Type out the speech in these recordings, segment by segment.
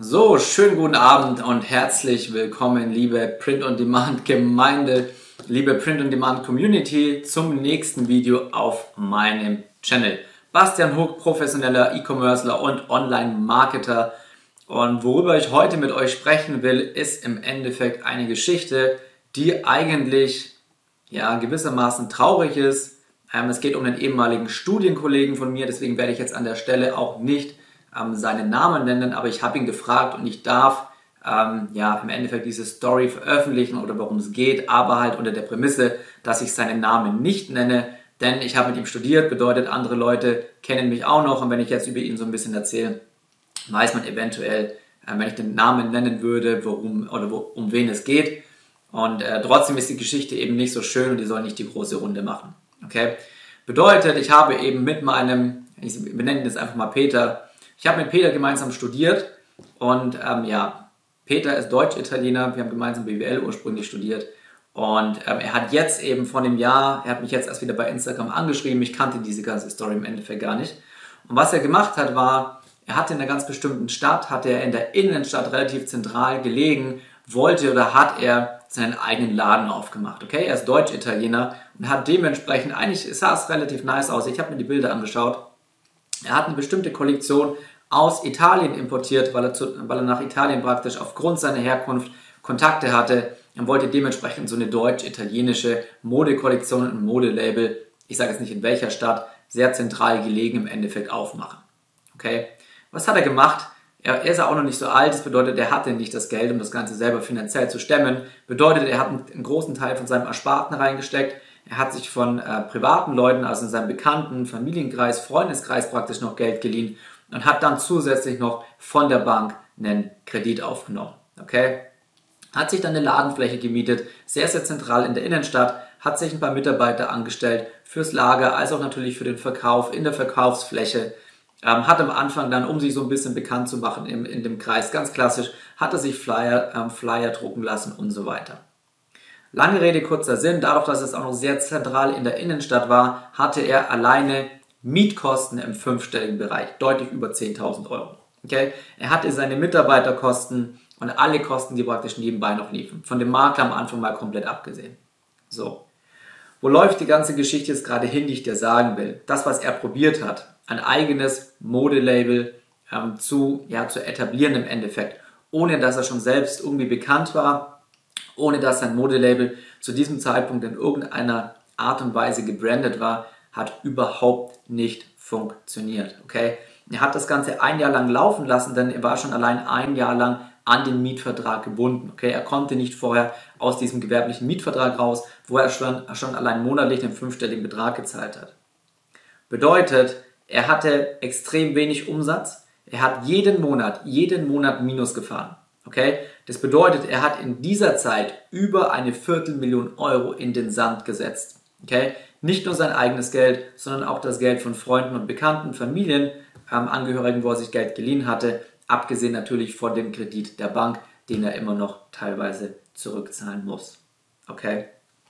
So, schönen guten Abend und herzlich willkommen, liebe Print-on-Demand-Gemeinde, liebe Print-on-Demand-Community, zum nächsten Video auf meinem Channel. Bastian Huck, professioneller E-Commercer und Online-Marketer. Und worüber ich heute mit euch sprechen will, ist im Endeffekt eine Geschichte, die eigentlich gewissermaßen traurig ist. Es geht um einen ehemaligen Studienkollegen von mir, deswegen werde ich jetzt an der Stelle auch nicht seinen Namen nennen, aber ich habe ihn gefragt und ich darf im Endeffekt diese Story veröffentlichen oder worum es geht, aber halt unter der Prämisse, dass ich seinen Namen nicht nenne, denn ich habe mit ihm studiert, bedeutet, andere Leute kennen mich auch noch, und wenn ich jetzt über ihn so ein bisschen erzähle, weiß man eventuell, wenn ich den Namen nennen würde, um wen es geht, und trotzdem ist die Geschichte eben nicht so schön und die soll nicht die große Runde machen. Okay? Bedeutet, ich habe eben mit meinem, ich benenne ihn jetzt einfach mal Peter, ich habe mit Peter gemeinsam studiert und Peter ist Deutsch-Italiener, wir haben gemeinsam BWL ursprünglich studiert und er hat jetzt eben vor einem Jahr, er hat mich jetzt erst wieder bei Instagram angeschrieben, ich kannte diese ganze Story im Endeffekt gar nicht. Und was er gemacht hat war, er hatte in einer ganz bestimmten Stadt, hatte er in der Innenstadt relativ zentral gelegen, hat er seinen eigenen Laden aufgemacht. Okay, er ist Deutsch-Italiener und hat dementsprechend, eigentlich sah es relativ nice aus, ich habe mir die Bilder angeschaut, er hat eine bestimmte Kollektion aus Italien importiert, weil er nach Italien praktisch aufgrund seiner Herkunft Kontakte hatte und wollte dementsprechend so eine deutsch-italienische Modekollektion und Modelabel, ich sage jetzt nicht in welcher Stadt, sehr zentral gelegen im Endeffekt aufmachen. Okay? Was hat er gemacht? Er ist ja auch noch nicht so alt, das bedeutet, er hatte nicht das Geld, um das Ganze selber finanziell zu stemmen. Bedeutet, er hat einen großen Teil von seinem Ersparten reingesteckt. Er hat sich von privaten Leuten, also in seinem Bekannten, Familienkreis, Freundeskreis praktisch noch Geld geliehen und hat dann zusätzlich noch von der Bank einen Kredit aufgenommen. Okay? Hat sich dann eine Ladenfläche gemietet, sehr, sehr zentral in der Innenstadt, hat sich ein paar Mitarbeiter angestellt fürs Lager, als auch natürlich für den Verkauf in der Verkaufsfläche. Hat am Anfang dann, um sich so ein bisschen bekannt zu machen in dem Kreis, ganz klassisch, hat er sich Flyer drucken lassen und so weiter. Lange Rede, kurzer Sinn, dadurch, dass es auch noch sehr zentral in der Innenstadt war, hatte er alleine Mietkosten im fünfstelligen Bereich, deutlich über 10.000 Euro. Okay? Er hatte seine Mitarbeiterkosten und alle Kosten, die praktisch nebenbei noch liefen. Von dem Makler am Anfang mal komplett abgesehen. So. Wo läuft die ganze Geschichte jetzt gerade hin, die ich dir sagen will? Das, was er probiert hat, ein eigenes Modelabel zu etablieren im Endeffekt, ohne dass er schon selbst irgendwie bekannt war, ohne dass sein Modelabel zu diesem Zeitpunkt in irgendeiner Art und Weise gebrandet war, hat überhaupt nicht funktioniert. Okay? Er hat das Ganze ein Jahr lang laufen lassen, denn er war schon allein ein Jahr lang an den Mietvertrag gebunden. Okay? Er konnte nicht vorher aus diesem gewerblichen Mietvertrag raus, wo er schon allein monatlich einen fünfstelligen Betrag gezahlt hat. Bedeutet, er hatte extrem wenig Umsatz. Er hat jeden Monat Minus gefahren. Okay? Das bedeutet, er hat in dieser Zeit über eine Viertelmillion Euro in den Sand gesetzt. Okay? Nicht nur sein eigenes Geld, sondern auch das Geld von Freunden und Bekannten, Familienangehörigen, wo er sich Geld geliehen hatte, abgesehen natürlich von dem Kredit der Bank, den er immer noch teilweise zurückzahlen muss. Okay?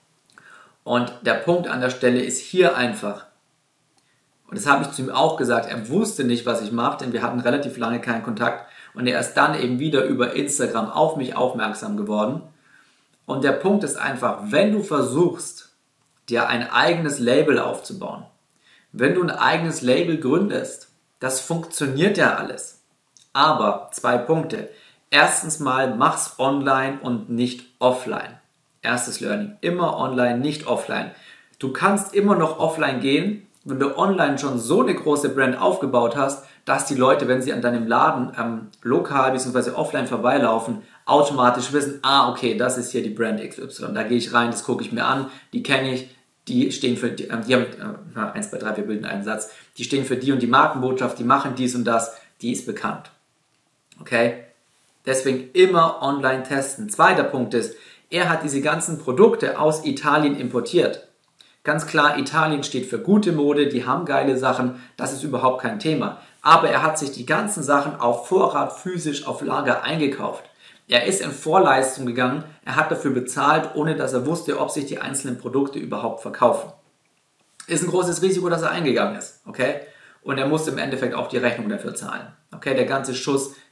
Und der Punkt an der Stelle ist hier einfach, und das habe ich zu ihm auch gesagt, er wusste nicht, was ich mache, denn wir hatten relativ lange keinen Kontakt und er ist dann eben wieder über Instagram auf mich aufmerksam geworden. Und der Punkt ist einfach, wenn du versuchst, dir ein eigenes Label aufzubauen, wenn du ein eigenes Label gründest, das funktioniert ja alles. Aber 2 Punkte. Erstens mal, mach's online und nicht offline. Erstes Learning. Immer online, nicht offline. Du kannst immer noch offline gehen, wenn du online schon so eine große Brand aufgebaut hast, dass die Leute, wenn sie an deinem Laden lokal bzw. offline vorbeilaufen, automatisch wissen, okay, das ist hier die Brand XY. Da gehe ich rein, das gucke ich mir an, die kenne ich, die stehen für, die haben 1, 2, 3, wir bilden einen Satz, die stehen für die und die Markenbotschaft, die machen dies und das, die ist bekannt. Okay? Deswegen immer online testen. Zweiter Punkt ist, er hat diese ganzen Produkte aus Italien importiert. Ganz klar, Italien steht für gute Mode, die haben geile Sachen, das ist überhaupt kein Thema. Aber er hat sich die ganzen Sachen auf Vorrat physisch auf Lager eingekauft. Er ist in Vorleistung gegangen, er hat dafür bezahlt, ohne dass er wusste, ob sich die einzelnen Produkte überhaupt verkaufen. Ist ein großes Risiko, dass er eingegangen ist, okay? Und er musste im Endeffekt auch die Rechnung dafür zahlen. Okay, der ganze Schuss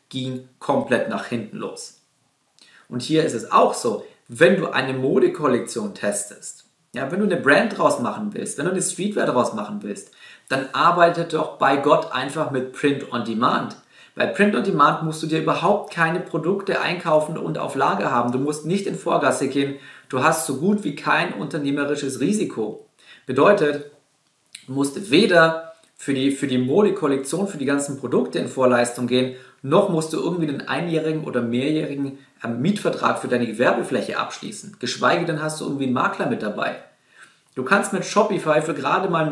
ging komplett nach hinten los. Und hier ist es auch so, wenn du eine Modekollektion testest, ja, wenn du eine Brand draus machen willst, wenn du eine Streetwear draus machen willst, dann arbeite doch bei Gott einfach mit Print on Demand. Bei Print on Demand musst du dir überhaupt keine Produkte einkaufen und auf Lager haben. Du musst nicht in Vorgasse gehen. Du hast so gut wie kein unternehmerisches Risiko. Bedeutet, du musst weder für die Modekollektion, für die ganzen Produkte in Vorleistung gehen, noch musst du irgendwie einen einjährigen oder mehrjährigen Mietvertrag für deine Gewerbefläche abschließen. Geschweige denn hast du irgendwie einen Makler mit dabei. Du kannst mit Shopify für gerade mal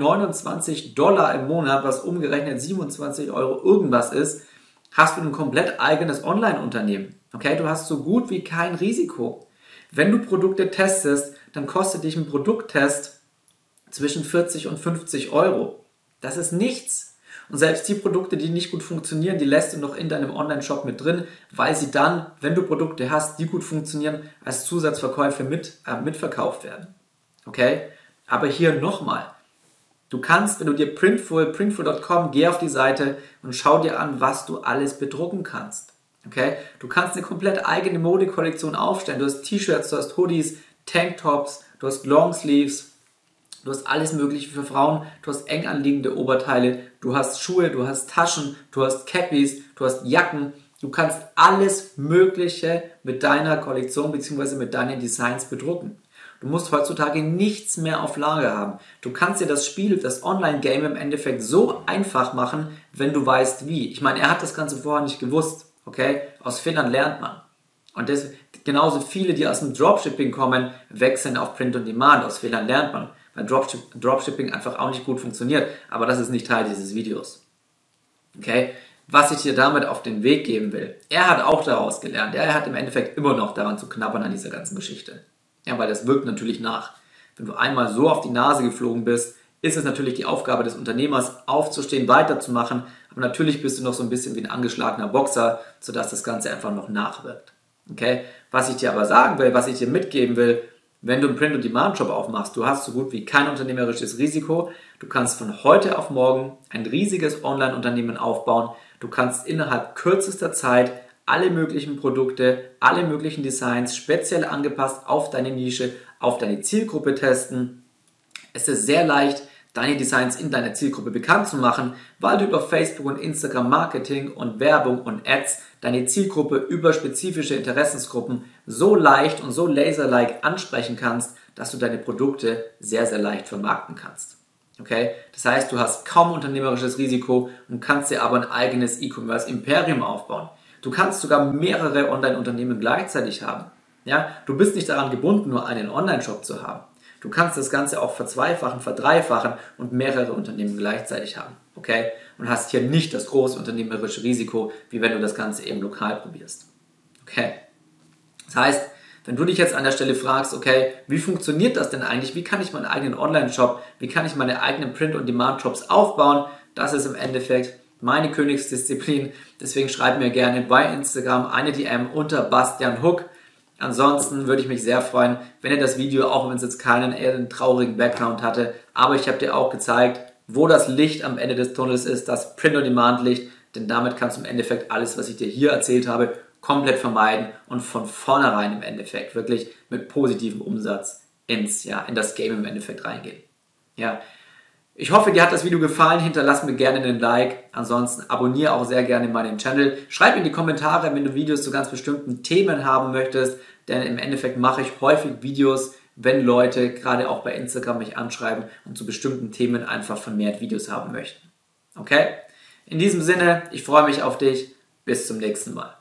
$29 im Monat, was umgerechnet 27 Euro irgendwas ist, hast du ein komplett eigenes Online-Unternehmen. Okay, du hast so gut wie kein Risiko. Wenn du Produkte testest, dann kostet dich ein Produkttest zwischen 40 und 50 Euro. Das ist nichts. Und selbst die Produkte, die nicht gut funktionieren, die lässt du noch in deinem Online-Shop mit drin, weil sie dann, wenn du Produkte hast, die gut funktionieren, als Zusatzverkäufe mitverkauft werden. Okay? Aber hier nochmal. Du kannst, wenn du dir printful.com, geh auf die Seite und schau dir an, was du alles bedrucken kannst. Okay? Du kannst eine komplett eigene Modekollektion aufstellen. Du hast T-Shirts, du hast Hoodies, Tanktops, du hast Longsleeves, du hast alles Mögliche für Frauen, du hast eng anliegende Oberteile, du hast Schuhe, du hast Taschen, du hast Cappies, du hast Jacken. Du kannst alles Mögliche mit deiner Kollektion bzw. mit deinen Designs bedrucken. Du musst heutzutage nichts mehr auf Lager haben. Du kannst dir das Spiel, das Online-Game im Endeffekt so einfach machen, wenn du weißt wie. Ich meine, er hat das Ganze vorher nicht gewusst. Okay? Aus Fehlern lernt man. Und genauso viele, die aus dem Dropshipping kommen, wechseln auf Print on Demand. Aus Fehlern lernt man. Weil Dropshipping einfach auch nicht gut funktioniert. Aber das ist nicht Teil dieses Videos. Okay? Was ich dir damit auf den Weg geben will. Er hat auch daraus gelernt. Er hat im Endeffekt immer noch daran zu knabbern an dieser ganzen Geschichte. Ja, weil das wirkt natürlich nach. Wenn du einmal so auf die Nase geflogen bist, ist es natürlich die Aufgabe des Unternehmers, aufzustehen, weiterzumachen. Aber natürlich bist du noch so ein bisschen wie ein angeschlagener Boxer, sodass das Ganze einfach noch nachwirkt. Okay? Was ich dir aber sagen will, was ich dir mitgeben will, wenn du einen Print-on-Demand-Shop aufmachst, du hast so gut wie kein unternehmerisches Risiko. Du kannst von heute auf morgen ein riesiges Online-Unternehmen aufbauen. Du kannst innerhalb kürzester Zeit alle möglichen Produkte, alle möglichen Designs speziell angepasst auf deine Nische, auf deine Zielgruppe testen. Es ist sehr leicht, deine Designs in deiner Zielgruppe bekannt zu machen, weil du über Facebook und Instagram Marketing und Werbung und Ads deine Zielgruppe über spezifische Interessensgruppen so leicht und so laser-like ansprechen kannst, dass du deine Produkte sehr, sehr leicht vermarkten kannst. Okay? Das heißt, du hast kaum unternehmerisches Risiko und kannst dir aber ein eigenes E-Commerce-Imperium aufbauen. Du kannst sogar mehrere Online-Unternehmen gleichzeitig haben. Ja? Du bist nicht daran gebunden, nur einen Online-Shop zu haben. Du kannst das Ganze auch verzweifachen, verdreifachen und mehrere Unternehmen gleichzeitig haben. Okay? Und hast hier nicht das große unternehmerische Risiko, wie wenn du das Ganze eben lokal probierst. Okay? Das heißt, wenn du dich jetzt an der Stelle fragst, okay, wie funktioniert das denn eigentlich? Wie kann ich meinen eigenen Online-Shop, wie kann ich meine eigenen Print-on-Demand-Shops aufbauen? Das ist im Endeffekt meine Königsdisziplin. Deswegen schreib mir gerne bei Instagram eine DM unter Bastian Huck. Ansonsten würde ich mich sehr freuen, wenn ihr das Video, auch wenn es jetzt keinen eher einen traurigen Background hatte, aber ich habe dir auch gezeigt, wo das Licht am Ende des Tunnels ist, das Print-on-Demand-Licht, denn damit kannst du im Endeffekt alles, was ich dir hier erzählt habe, komplett vermeiden und von vornherein im Endeffekt wirklich mit positivem Umsatz in das Game im Endeffekt reingehen. Ja. Ich hoffe, dir hat das Video gefallen. Hinterlass mir gerne einen Like. Ansonsten abonniere auch sehr gerne meinen Channel. Schreib in die Kommentare, wenn du Videos zu ganz bestimmten Themen haben möchtest. Denn im Endeffekt mache ich häufig Videos, wenn Leute gerade auch bei Instagram mich anschreiben und zu bestimmten Themen einfach vermehrt Videos haben möchten. Okay? In diesem Sinne, ich freue mich auf dich. Bis zum nächsten Mal.